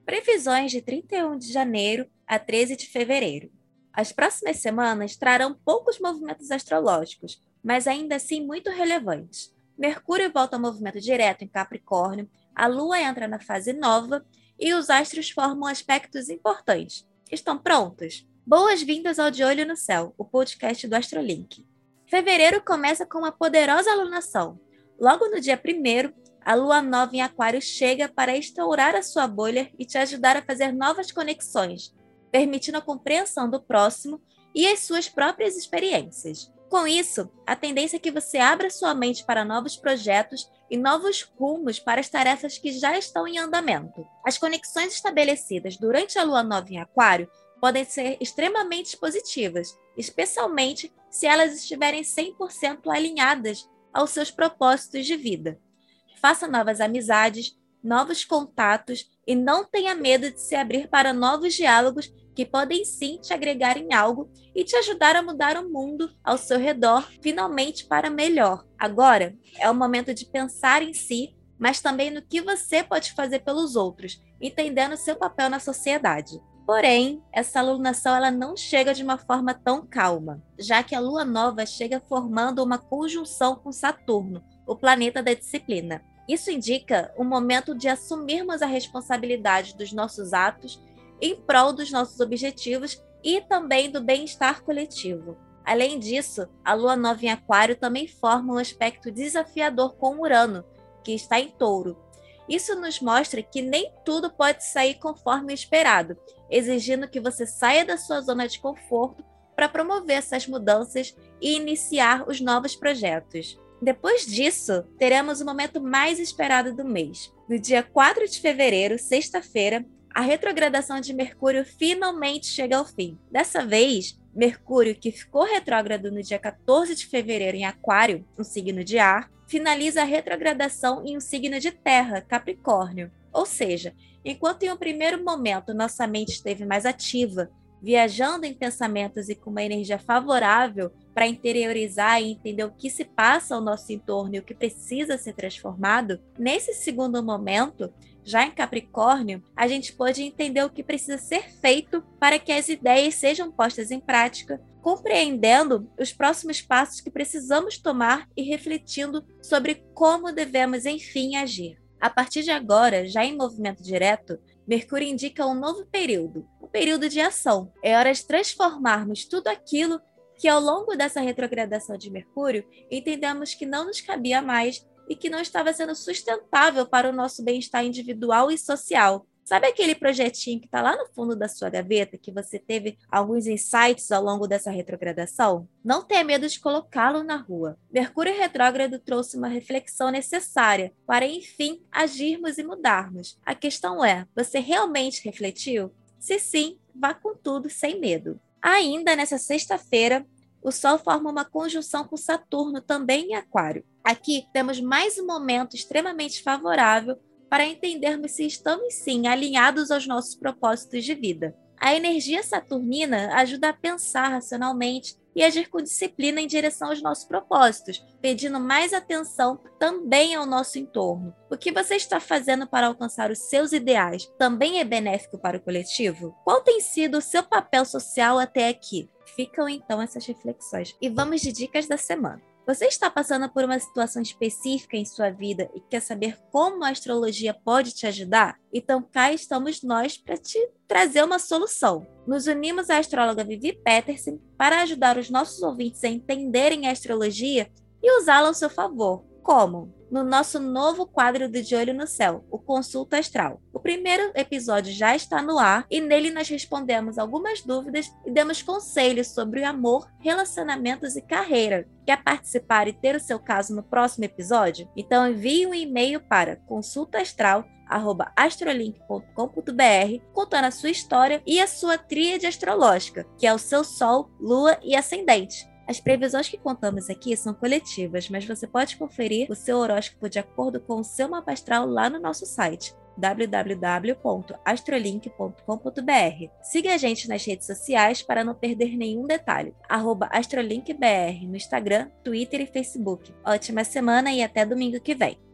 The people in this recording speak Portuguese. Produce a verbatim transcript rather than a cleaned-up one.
Previsões de trinta e um de janeiro a treze de fevereiro. As próximas semanas trarão poucos movimentos astrológicos, mas ainda assim muito relevantes. Mercúrio volta ao movimento direto em Capricórnio, a Lua entra na fase nova e os astros formam aspectos importantes. Estão prontos? Boas-vindas ao De Olho no Céu, o podcast do Astrolink. Fevereiro começa com uma poderosa alunação. Logo no dia primeiro, a Lua nova em Aquário chega para estourar a sua bolha e te ajudar a fazer novas conexões, permitindo a compreensão do próximo e as suas próprias experiências. Com isso, a tendência é que você abra sua mente para novos projetos e novos rumos para as tarefas que já estão em andamento. As conexões estabelecidas durante a Lua nova em Aquário podem ser extremamente positivas, especialmente se elas estiverem cem por cento alinhadas aos seus propósitos de vida. Faça novas amizades, novos contatos e não tenha medo de se abrir para novos diálogos que podem sim te agregar em algo e te ajudar a mudar o mundo ao seu redor, finalmente para melhor. Agora é o momento de pensar em si, mas também no que você pode fazer pelos outros, entendendo seu papel na sociedade. Porém, essa alunação ela não chega de uma forma tão calma, já que a Lua nova chega formando uma conjunção com Saturno, o planeta da disciplina. Isso indica um momento de assumirmos a responsabilidade dos nossos atos em prol dos nossos objetivos e também do bem-estar coletivo. Além disso, a Lua nova em Aquário também forma um aspecto desafiador com Urano, que está em Touro. Isso nos mostra que nem tudo pode sair conforme o esperado, exigindo que você saia da sua zona de conforto para promover essas mudanças e iniciar os novos projetos. Depois disso, teremos o momento mais esperado do mês. No dia quatro de fevereiro, sexta-feira, a retrogradação de Mercúrio finalmente chega ao fim. Dessa vez, Mercúrio, que ficou retrógrado no dia quatorze de fevereiro em Aquário, um signo de ar, finaliza a retrogradação em um signo de terra, Capricórnio. Ou seja, enquanto em um primeiro momento nossa mente esteve mais ativa, viajando em pensamentos e com uma energia favorável para interiorizar e entender o que se passa ao nosso entorno e o que precisa ser transformado, nesse segundo momento, já em Capricórnio, a gente pode entender o que precisa ser feito para que as ideias sejam postas em prática, compreendendo os próximos passos que precisamos tomar e refletindo sobre como devemos, enfim, agir. A partir de agora, já em movimento direto, Mercúrio indica um novo período, um período de ação. É hora de transformarmos tudo aquilo que ao longo dessa retrogradação de Mercúrio entendemos que não nos cabia mais e que não estava sendo sustentável para o nosso bem-estar individual e social. Sabe aquele projetinho que está lá no fundo da sua gaveta, que você teve alguns insights ao longo dessa retrogradação? Não tenha medo de colocá-lo na rua. Mercúrio retrógrado trouxe uma reflexão necessária para, enfim, agirmos e mudarmos. A questão é, você realmente refletiu? Se sim, vá com tudo, sem medo. Ainda nessa sexta-feira, o Sol forma uma conjunção com Saturno, também em Aquário. Aqui temos mais um momento extremamente favorável para entendermos se estamos sim alinhados aos nossos propósitos de vida. A energia saturnina ajuda a pensar racionalmente e agir com disciplina em direção aos nossos propósitos, pedindo mais atenção também ao nosso entorno. O que você está fazendo para alcançar os seus ideais também é benéfico para o coletivo? Qual tem sido o seu papel social até aqui? Ficam então essas reflexões. E vamos de dicas da semana. Você está passando por uma situação específica em sua vida e quer saber como a astrologia pode te ajudar? Então cá estamos nós para te trazer uma solução. Nos unimos à astróloga Vivi Peterson para ajudar os nossos ouvintes a entenderem a astrologia e usá-la ao seu favor. Como? No nosso novo quadro do De Olho no Céu, o Consulta Astral. O primeiro episódio já está no ar e nele nós respondemos algumas dúvidas e damos conselhos sobre o amor, relacionamentos e carreira. Quer participar e ter o seu caso no próximo episódio? Então envie um e-mail para consulta astral arroba astrolink ponto com ponto br contando a sua história e a sua tríade astrológica, que é o seu Sol, Lua e Ascendente. As previsões que contamos aqui são coletivas, mas você pode conferir o seu horóscopo de acordo com o seu mapa astral lá no nosso site, w w w ponto astrolink ponto com ponto br. Siga a gente nas redes sociais para não perder nenhum detalhe. arroba astrolinkbr no Instagram, Twitter e Facebook. Ótima semana e até domingo que vem.